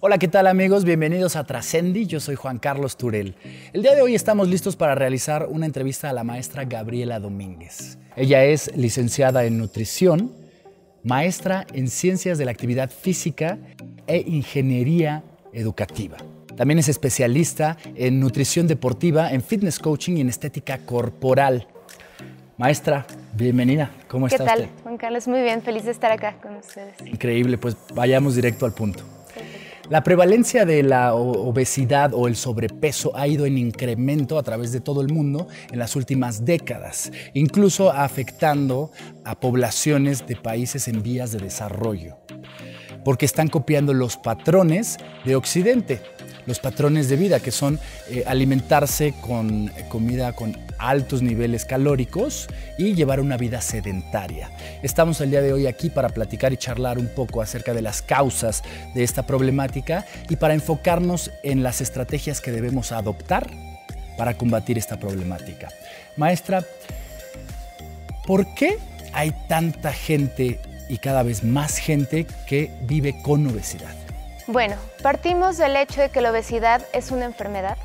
Hola, ¿qué tal amigos? Bienvenidos a Trascendi, yo soy Juan Carlos Turel. El día de hoy estamos listos para realizar una entrevista a la maestra Gabriela Domínguez. Ella es licenciada en nutrición, maestra en ciencias de la actividad física e ingeniería educativa. También es especialista en nutrición deportiva, en fitness coaching y en estética corporal. Maestra, bienvenida. ¿Cómo está usted? ¿Qué tal, Juan Carlos? Muy bien, feliz de estar acá con ustedes. Increíble, pues vayamos directo al punto. La prevalencia de la obesidad o el sobrepeso ha ido en incremento a través de todo el mundo en las últimas décadas, incluso afectando a poblaciones de países en vías de desarrollo, porque están copiando los patrones de Occidente, los patrones de vida, que son alimentarse con comida con altos niveles calóricos y llevar una vida sedentaria. Estamos el día de hoy aquí para platicar y charlar un poco acerca de las causas de esta problemática y para enfocarnos en las estrategias que debemos adoptar para combatir esta problemática. Maestra, ¿por qué hay tanta gente y cada vez más gente que vive con obesidad? Bueno, partimos del hecho de que la obesidad es una enfermedad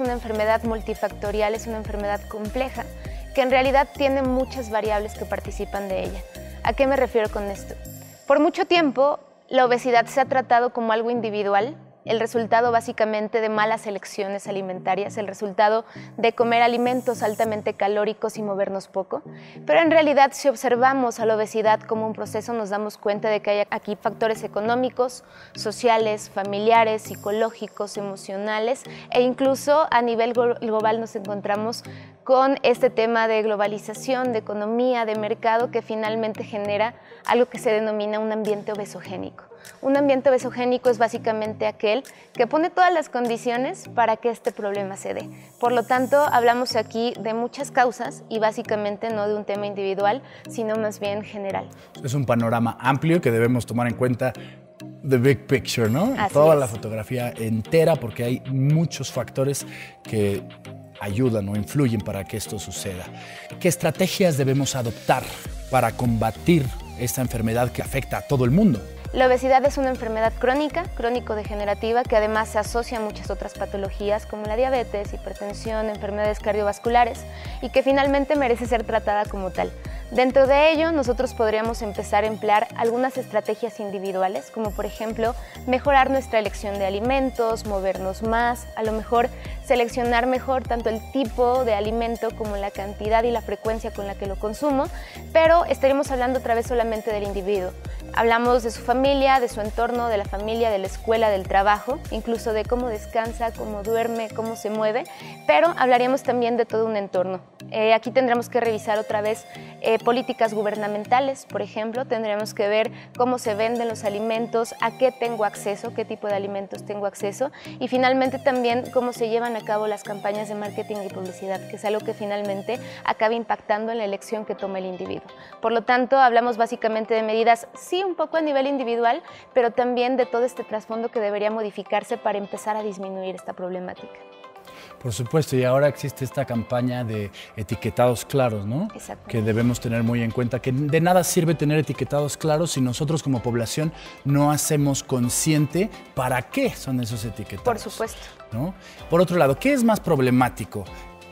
multifactorial, es una enfermedad compleja, que en realidad tiene muchas variables que participan de ella. ¿A qué me refiero con esto? Por mucho tiempo, la obesidad se ha tratado como algo individual, el resultado básicamente de malas elecciones alimentarias, el resultado de comer alimentos altamente calóricos y movernos poco. Pero en realidad, si observamos a la obesidad como un proceso, nos damos cuenta de que hay aquí factores económicos, sociales, familiares, psicológicos, emocionales e incluso a nivel global nos encontramos con este tema de globalización, de economía, de mercado, que finalmente genera algo que se denomina un ambiente obesogénico. Un ambiente obesogénico es básicamente aquel que pone todas las condiciones para que este problema se dé. Por lo tanto, hablamos aquí de muchas causas y básicamente no de un tema individual, sino más bien general. Es un panorama amplio que debemos tomar en cuenta. The big picture, ¿no? Así Toda es. La fotografía entera, porque hay muchos factores que ayudan o influyen para que esto suceda. ¿Qué estrategias debemos adoptar para combatir esta enfermedad que afecta a todo el mundo? La obesidad es una enfermedad crónica, crónico-degenerativa, que además se asocia a muchas otras patologías como la diabetes, hipertensión, enfermedades cardiovasculares y que finalmente merece ser tratada como tal. Dentro de ello, nosotros podríamos empezar a emplear algunas estrategias individuales, como por ejemplo, mejorar nuestra elección de alimentos, movernos más, a lo mejor seleccionar mejor tanto el tipo de alimento como la cantidad y la frecuencia con la que lo consumo, pero estaríamos hablando otra vez solamente del individuo. Hablamos de su familia, de su entorno, de la familia, de la escuela, del trabajo, incluso de cómo descansa, cómo duerme, cómo se mueve, pero hablaríamos también de todo un entorno. Aquí tendremos que revisar otra vez políticas gubernamentales, por ejemplo, tendremos que ver cómo se venden los alimentos, a qué tengo acceso, qué tipo de alimentos tengo acceso y finalmente también cómo se llevan a cabo las campañas de marketing y publicidad, que es algo que finalmente acaba impactando en la elección que toma el individuo. Por lo tanto, hablamos básicamente de medidas, sí, un poco a nivel individual, pero también de todo este trasfondo que debería modificarse para empezar a disminuir esta problemática. Por supuesto, y ahora existe esta campaña de etiquetados claros, ¿no? Exacto. Que debemos tener muy en cuenta, que de nada sirve tener etiquetados claros si nosotros como población no hacemos consciente para qué son esos etiquetados. Por supuesto. ¿No? Por otro lado, ¿qué es más problemático?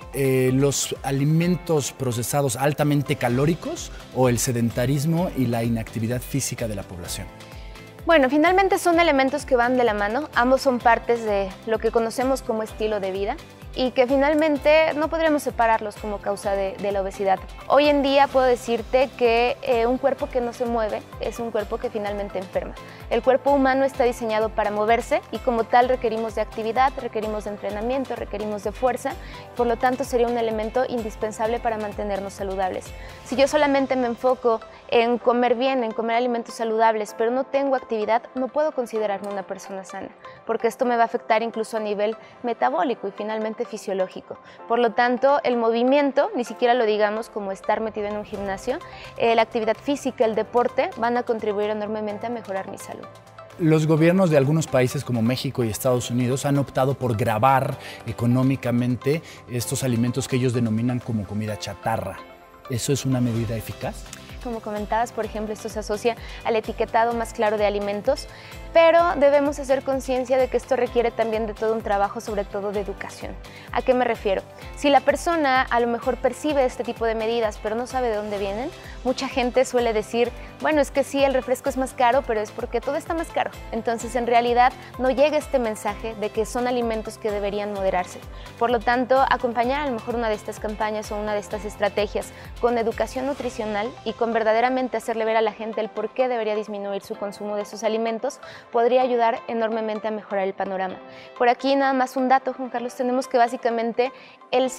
¿Los alimentos procesados altamente calóricos o el sedentarismo y la inactividad física de la población? Bueno, finalmente son elementos que van de la mano, ambos son partes de lo que conocemos como estilo de vida y que finalmente no podremos separarlos como causa de la obesidad. Hoy en día puedo decirte que un cuerpo que no se mueve es un cuerpo que finalmente enferma. El cuerpo humano está diseñado para moverse y como tal requerimos de actividad, requerimos de entrenamiento, requerimos de fuerza, por lo tanto sería un elemento indispensable para mantenernos saludables. Si yo solamente me enfoco en comer bien, en comer alimentos saludables, pero no tengo actividad, no puedo considerarme una persona sana, porque esto me va a afectar incluso a nivel metabólico y finalmente fisiológico. Por lo tanto, el movimiento, ni siquiera lo digamos como estar metido en un gimnasio, la actividad física, el deporte, van a contribuir enormemente a mejorar mi salud. Los gobiernos de algunos países como México y Estados Unidos han optado por gravar económicamente estos alimentos que ellos denominan como comida chatarra. ¿Eso es una medida eficaz? como comentabas, por ejemplo, esto se asocia al etiquetado más claro de alimentos, pero debemos hacer conciencia de que esto requiere también de todo un trabajo, sobre todo de educación. ¿A qué me refiero? Si la persona a lo mejor percibe este tipo de medidas, pero no sabe de dónde vienen, mucha gente suele decir, bueno, es que sí, el refresco es más caro, pero es porque todo está más caro. Entonces, en realidad, no llega este mensaje de que son alimentos que deberían moderarse. Por lo tanto, acompañar a lo mejor una de estas campañas o una de estas estrategias con educación nutricional y con verdaderamente hacerle ver a la gente el por qué debería disminuir su consumo de esos alimentos, podría ayudar enormemente a mejorar el panorama. Por aquí nada más un dato, Juan Carlos, tenemos que básicamente el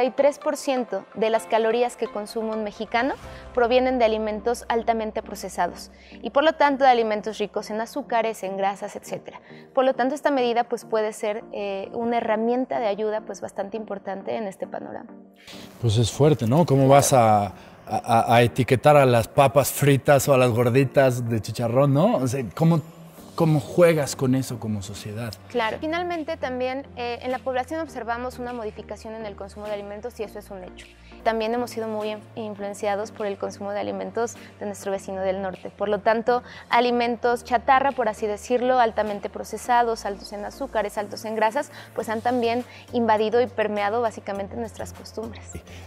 53% de las calorías que consume un mexicano provienen de alimentos altamente procesados y por lo tanto de alimentos ricos en azúcares, en grasas, etc. Por lo tanto, esta medida pues, puede ser una herramienta de ayuda pues, bastante importante en este panorama. Pues es fuerte, ¿no? ¿Cómo vas a etiquetar a las papas fritas o a las gorditas de chicharrón, ¿no? O sea, ¿cómo juegas con eso como sociedad? Claro. Finalmente, también en la población observamos una modificación en el consumo de alimentos y eso es un hecho. También hemos sido muy influenciados por el consumo de alimentos de nuestro vecino del norte. Por lo tanto, alimentos chatarra, por así decirlo, altamente procesados, altos en azúcares, altos en grasas, pues han también invadido y permeado básicamente nuestras costumbres.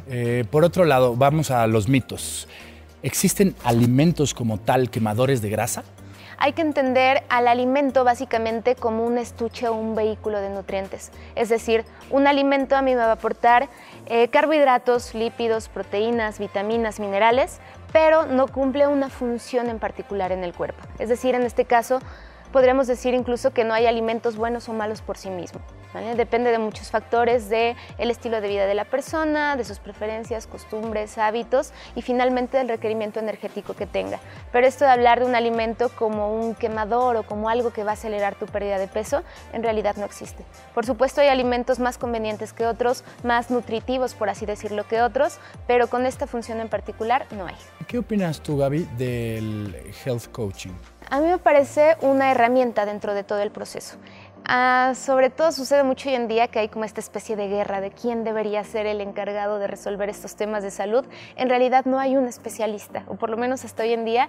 Por otro lado, vamos a los mitos. ¿Existen alimentos como tal quemadores de grasa? Hay que entender al alimento básicamente como un estuche o un vehículo de nutrientes. Es decir, un alimento a mí me va a aportar carbohidratos, lípidos, proteínas, vitaminas, minerales, pero no cumple una función en particular en el cuerpo. Es decir, en este caso, podríamos decir incluso que no hay alimentos buenos o malos por sí mismos, ¿vale? Depende de muchos factores, del estilo de vida de la persona, de sus preferencias, costumbres, hábitos y finalmente del requerimiento energético que tenga. Pero esto de hablar de un alimento como un quemador o como algo que va a acelerar tu pérdida de peso, en realidad no existe. Por supuesto hay alimentos más convenientes que otros, más nutritivos por así decirlo que otros, pero con esta función en particular no hay. ¿Qué opinas tú, Gaby, del health coaching? A mí me parece una herramienta dentro de todo el proceso. Sobre todo sucede mucho hoy en día que hay como esta especie de guerra de quién debería ser el encargado de resolver estos temas de salud. En realidad no hay un especialista, o por lo menos hasta hoy en día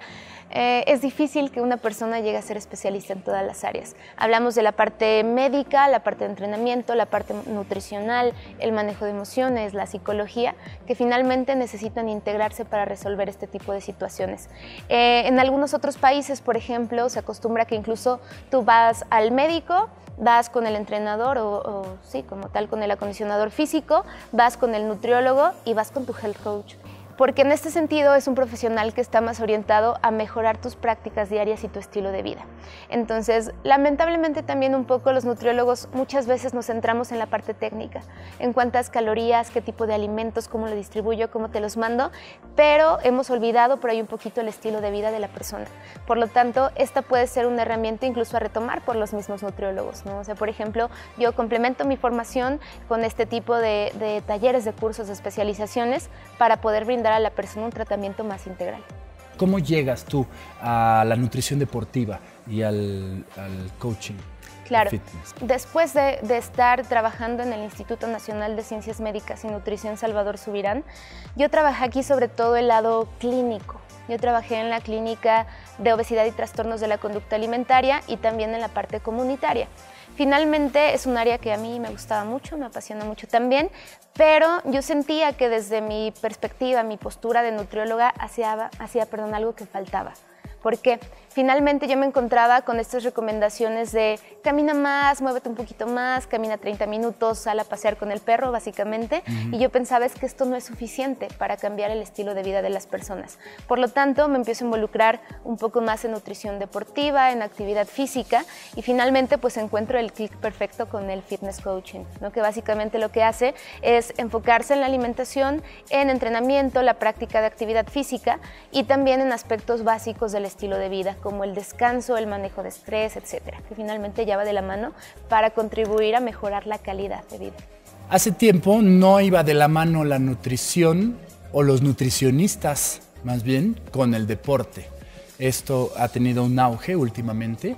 es difícil que una persona llegue a ser especialista en todas las áreas. Hablamos de la parte médica, la parte de entrenamiento, la parte nutricional, el manejo de emociones, la psicología, que finalmente necesitan integrarse para resolver este tipo de situaciones. En algunos otros países, por ejemplo, se acostumbra que incluso tú vas al médico, vas con el entrenador o sí, como tal, con el acondicionador físico, vas con el nutriólogo y vas con tu health coach. Porque en este sentido es un profesional que está más orientado a mejorar tus prácticas diarias y tu estilo de vida. Entonces, lamentablemente también un poco los nutriólogos muchas veces nos centramos en la parte técnica, en cuántas calorías, qué tipo de alimentos, cómo lo distribuyo, cómo te los mando, pero hemos olvidado por ahí un poquito el estilo de vida de la persona. Por lo tanto, esta puede ser una herramienta incluso a retomar por los mismos nutriólogos, ¿no? O sea, por ejemplo, yo complemento mi formación con este tipo de talleres, de cursos, de especializaciones para poder brindar a la persona un tratamiento más integral. ¿Cómo llegas tú a la nutrición deportiva y al coaching? Claro, después de estar trabajando en el Instituto Nacional de Ciencias Médicas y Nutrición Salvador Subirán, yo trabajé aquí sobre todo el lado clínico. Yo trabajé en la clínica de obesidad y trastornos de la conducta alimentaria y también en la parte comunitaria. Finalmente es un área que a mí me gustaba mucho, me apasiona mucho también, pero yo sentía que desde mi perspectiva, mi postura de nutrióloga, hacía algo que faltaba. Porque finalmente yo me encontraba con estas recomendaciones de camina más, muévete un poquito más, camina 30 minutos, sal a pasear con el perro básicamente, y yo pensaba es que esto no es suficiente para cambiar el estilo de vida de las personas. Por lo tanto, me empiezo a involucrar un poco más en nutrición deportiva, en actividad física y finalmente pues encuentro el clic perfecto con el fitness coaching, ¿no? Que básicamente lo que hace es enfocarse en la alimentación, en entrenamiento, la práctica de actividad física y también en aspectos básicos del estilo de vida, como el descanso, el manejo de estrés, etcétera, que finalmente ya va de la mano para contribuir a mejorar la calidad de vida. Hace tiempo no iba de la mano la nutrición o los nutricionistas, más bien, con el deporte. Esto ha tenido un auge últimamente,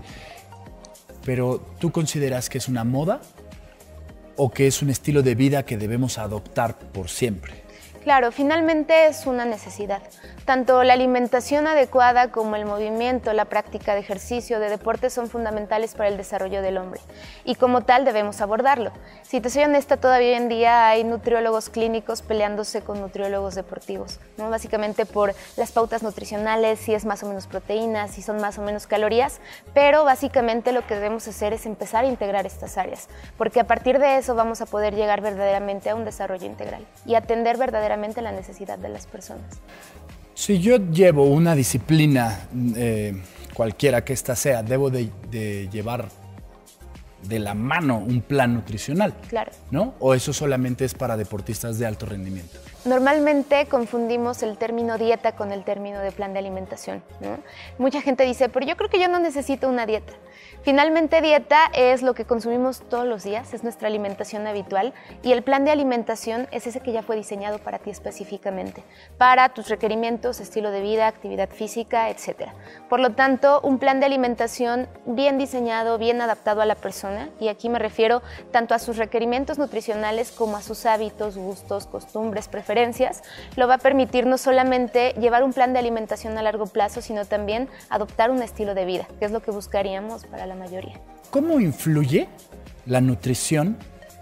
pero ¿tú consideras que es una moda o que es un estilo de vida que debemos adoptar por siempre? Claro, finalmente es una necesidad. Tanto la alimentación adecuada como el movimiento, la práctica de ejercicio, de deporte son fundamentales para el desarrollo del hombre y como tal debemos abordarlo. Si te soy honesta, todavía hoy en día hay nutriólogos clínicos peleándose con nutriólogos deportivos, ¿no? Básicamente por las pautas nutricionales, si es más o menos proteínas, si son más o menos calorías, pero básicamente lo que debemos hacer es empezar a integrar estas áreas, porque a partir de eso vamos a poder llegar verdaderamente a un desarrollo integral y atender verdaderamente la necesidad de las personas. Si yo llevo una disciplina, cualquiera que ésta sea, debo de llevar de la mano un plan nutricional, claro, ¿no? ¿O eso solamente es para deportistas de alto rendimiento? Normalmente confundimos el término dieta con el término de plan de alimentación, ¿no? Mucha gente dice, pero yo creo que yo no necesito una dieta. Finalmente, dieta es lo que consumimos todos los días, es nuestra alimentación habitual y el plan de alimentación es ese que ya fue diseñado para ti específicamente, para tus requerimientos, estilo de vida, actividad física, etc. Por lo tanto, un plan de alimentación bien diseñado, bien adaptado a la persona, y aquí me refiero tanto a sus requerimientos nutricionales como a sus hábitos, gustos, costumbres, preferencias, lo va a permitir no solamente llevar un plan de alimentación a largo plazo, sino también adoptar un estilo de vida, que es lo que buscaríamos para la mayoría. ¿Cómo influye la nutrición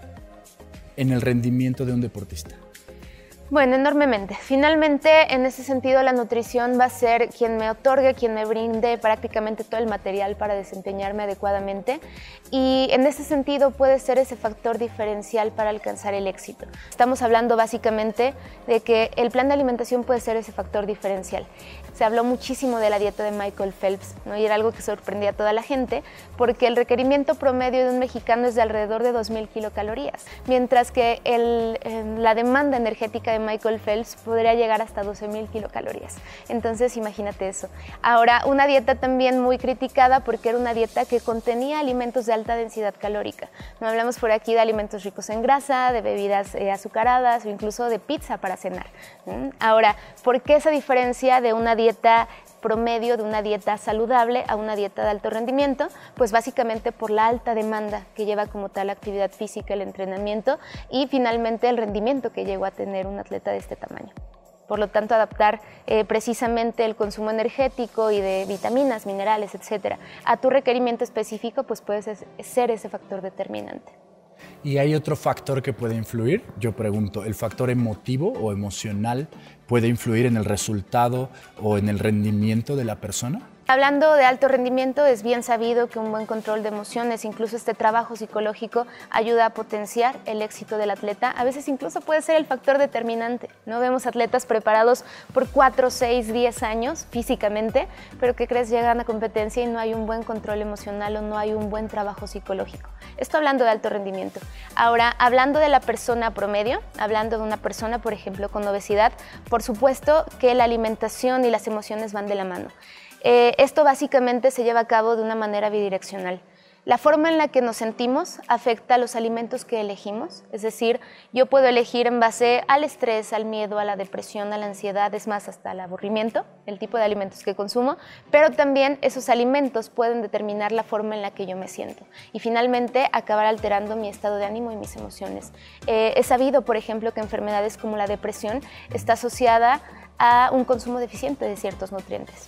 en el rendimiento de un deportista? Bueno, enormemente. Finalmente, en ese sentido, la nutrición va a ser quien me otorgue, quien me brinde prácticamente todo el material para desempeñarme adecuadamente y en ese sentido puede ser ese factor diferencial para alcanzar el éxito. Estamos hablando básicamente de que el plan de alimentación puede ser ese factor diferencial. Se habló muchísimo de la dieta de Michael Phelps, ¿no? Y era algo que sorprendía a toda la gente porque el requerimiento promedio de un mexicano es de alrededor de 2,000 kilocalorías, mientras que la demanda energética de Michael Phelps podría llegar hasta 12,000 kilocalorías. Entonces, imagínate eso. Ahora, una dieta también muy criticada porque era una dieta que contenía alimentos de alta densidad calórica. No hablamos por aquí de alimentos ricos en grasa, de bebidas azucaradas o incluso de pizza para cenar. Ahora, ¿por qué esa diferencia de una dieta promedio, de una dieta saludable a una dieta de alto rendimiento? Pues básicamente por la alta demanda que lleva como tal la actividad física, el entrenamiento y finalmente el rendimiento que llegó a tener un atleta de este tamaño. Por lo tanto, adaptar precisamente el consumo energético y de vitaminas, minerales, etcétera, a tu requerimiento específico, pues puede ser ese factor determinante. ¿Y hay otro factor que puede influir? Yo pregunto, ¿el factor emotivo o emocional puede influir en el resultado o en el rendimiento de la persona? Hablando de alto rendimiento, es bien sabido que un buen control de emociones, incluso este trabajo psicológico, ayuda a potenciar el éxito del atleta. A veces incluso puede ser el factor determinante. No vemos atletas preparados por 4, 6, 10 años físicamente, pero ¿qué crees? Llegan a competencia y no hay un buen control emocional o no hay un buen trabajo psicológico. Esto hablando de alto rendimiento. Ahora, hablando de la persona promedio, hablando de una persona, por ejemplo, con obesidad, por supuesto que la alimentación y las emociones van de la mano. Esto básicamente se lleva a cabo de una manera bidireccional. La forma en la que nos sentimos afecta a los alimentos que elegimos, es decir, yo puedo elegir en base al estrés, al miedo, a la depresión, a la ansiedad, es más, hasta al aburrimiento, el tipo de alimentos que consumo, pero también esos alimentos pueden determinar la forma en la que yo me siento y finalmente acabar alterando mi estado de ánimo y mis emociones. Es sabido, por ejemplo, que enfermedades como la depresión está asociada a un consumo deficiente de ciertos nutrientes.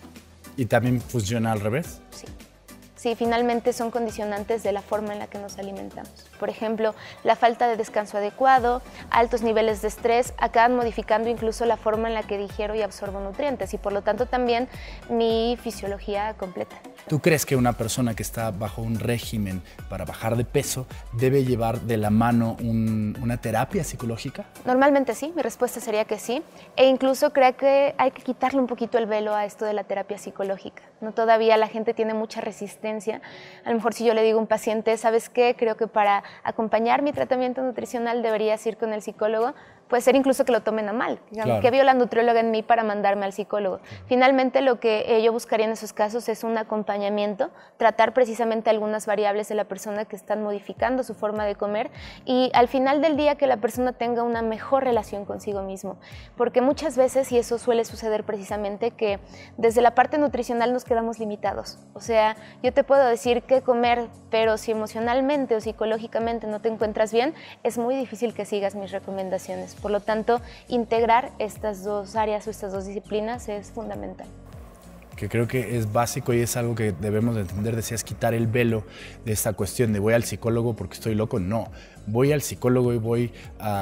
¿Y también funciona al revés? Sí. Sí, finalmente son condicionantes de la forma en la que nos alimentamos. Por ejemplo, la falta de descanso adecuado, altos niveles de estrés, acaban modificando incluso la forma en la que digiero y absorbo nutrientes y por lo tanto también mi fisiología completa. ¿Tú crees que una persona que está bajo un régimen para bajar de peso debe llevar de la mano una terapia psicológica? Normalmente sí, mi respuesta sería que sí. E incluso creo que hay que quitarle un poquito el velo a esto de la terapia psicológica. No, todavía la gente tiene mucha resistencia. A lo mejor si yo le digo a un paciente, ¿sabes qué? Creo que para acompañar mi tratamiento nutricional deberías ir con el psicólogo. Puede ser incluso que lo tomen a mal. Claro. ¿Qué vio la nutrióloga en mí para mandarme al psicólogo? Finalmente, lo que yo buscaría en esos casos es un acompañamiento, tratar precisamente algunas variables de la persona que están modificando su forma de comer y al final del día que la persona tenga una mejor relación consigo mismo. Porque muchas veces, y eso suele suceder precisamente, que desde la parte nutricional nos quedamos limitados. O sea, yo te puedo decir qué comer, pero si emocionalmente o psicológicamente no te encuentras bien, es muy difícil que sigas mis recomendaciones. Por lo tanto, integrar estas dos áreas o estas dos disciplinas es fundamental. Que creo que es básico y es algo que debemos de entender, decías, quitar el velo de esta cuestión de voy al psicólogo porque estoy loco. No, voy al psicólogo y voy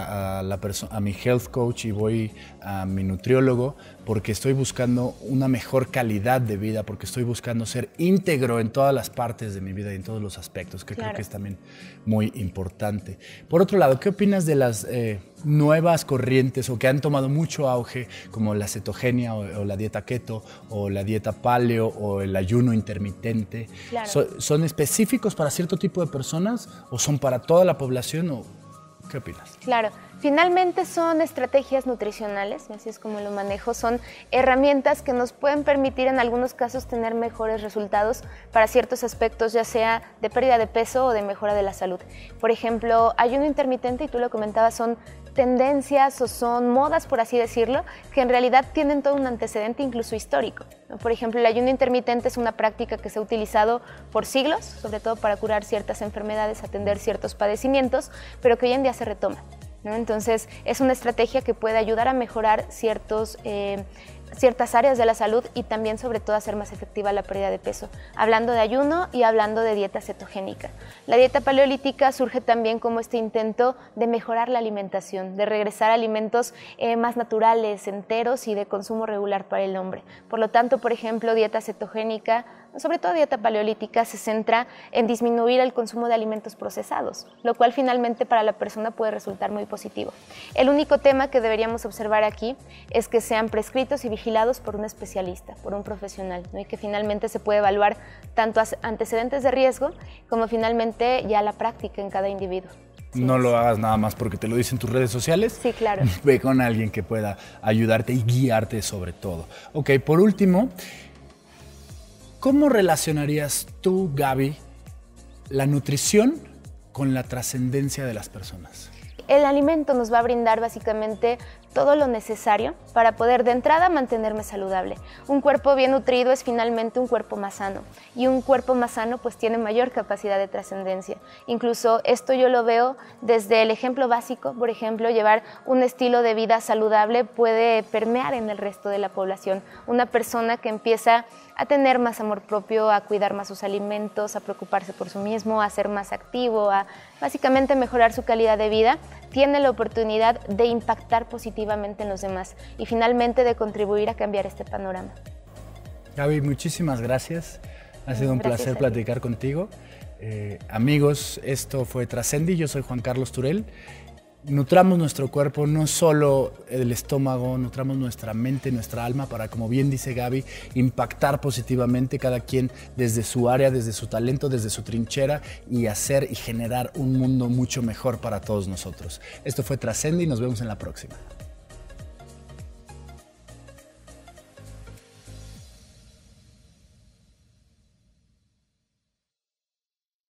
a mi health coach y voy a mi nutriólogo porque estoy buscando una mejor calidad de vida, porque estoy buscando ser íntegro en todas las partes de mi vida y en todos los aspectos, que creo que es también muy importante. Por otro lado, ¿qué opinas de las nuevas corrientes o que han tomado mucho auge, como la cetogenia o la dieta keto o la dieta paleo o el ayuno intermitente? ¿Son específicos para cierto tipo de personas o son para toda la población? ¿O qué opinas? Claro, finalmente son estrategias nutricionales, así es como lo manejo, son herramientas que nos pueden permitir en algunos casos tener mejores resultados para ciertos aspectos, ya sea de pérdida de peso o de mejora de la salud. Por ejemplo, ayuno intermitente, y tú lo comentabas, son tendencias o son modas, por así decirlo, que en realidad tienen todo un antecedente incluso histórico, ¿no? Por ejemplo, el ayuno intermitente es una práctica que se ha utilizado por siglos, sobre todo para curar ciertas enfermedades, atender ciertos padecimientos, pero que hoy en día se retoma, ¿no? Entonces, es una estrategia que puede ayudar a mejorar ciertas áreas de la salud y también, sobre todo, hacer más efectiva la pérdida de peso. Hablando de ayuno y hablando de dieta cetogénica. La dieta paleolítica surge también como este intento de mejorar la alimentación, de regresar a alimentos más naturales, enteros y de consumo regular para el hombre. Por lo tanto, por ejemplo, dieta cetogénica, sobre todo dieta paleolítica, se centra en disminuir el consumo de alimentos procesados, lo cual finalmente para la persona puede resultar muy positivo. El único tema que deberíamos observar aquí es que sean prescritos y vigilados por un especialista, por un profesional, ¿no? Y que finalmente se puede evaluar tanto antecedentes de riesgo como finalmente ya la práctica en cada individuo. No lo hagas nada más porque te lo dicen tus redes sociales. Sí, claro. Ve con alguien que pueda ayudarte y guiarte sobre todo. Ok, por último, ¿cómo relacionarías tú, Gaby, la nutrición con la trascendencia de las personas? El alimento nos va a brindar básicamente todo lo necesario para poder de entrada mantenerme saludable. Un cuerpo bien nutrido es finalmente un cuerpo más sano y un cuerpo más sano pues tiene mayor capacidad de trascendencia. Incluso esto yo lo veo desde el ejemplo básico, por ejemplo, llevar un estilo de vida saludable puede permear en el resto de la población. Una persona que empieza a tener más amor propio, a cuidar más sus alimentos, a preocuparse por sí mismo, a ser más activo, a básicamente mejorar su calidad de vida, tiene la oportunidad de impactar positivamente en los demás y finalmente de contribuir a cambiar este panorama. Gaby, muchísimas gracias. Ha sido un placer platicar contigo. Amigos, esto fue Trascendi. Yo soy Juan Carlos Turel. Nutramos nuestro cuerpo, no solo el estómago, nutramos nuestra mente, nuestra alma para, como bien dice Gaby, impactar positivamente cada quien desde su área, desde su talento, desde su trinchera y hacer y generar un mundo mucho mejor para todos nosotros. Esto fue Trascendi y nos vemos en la próxima.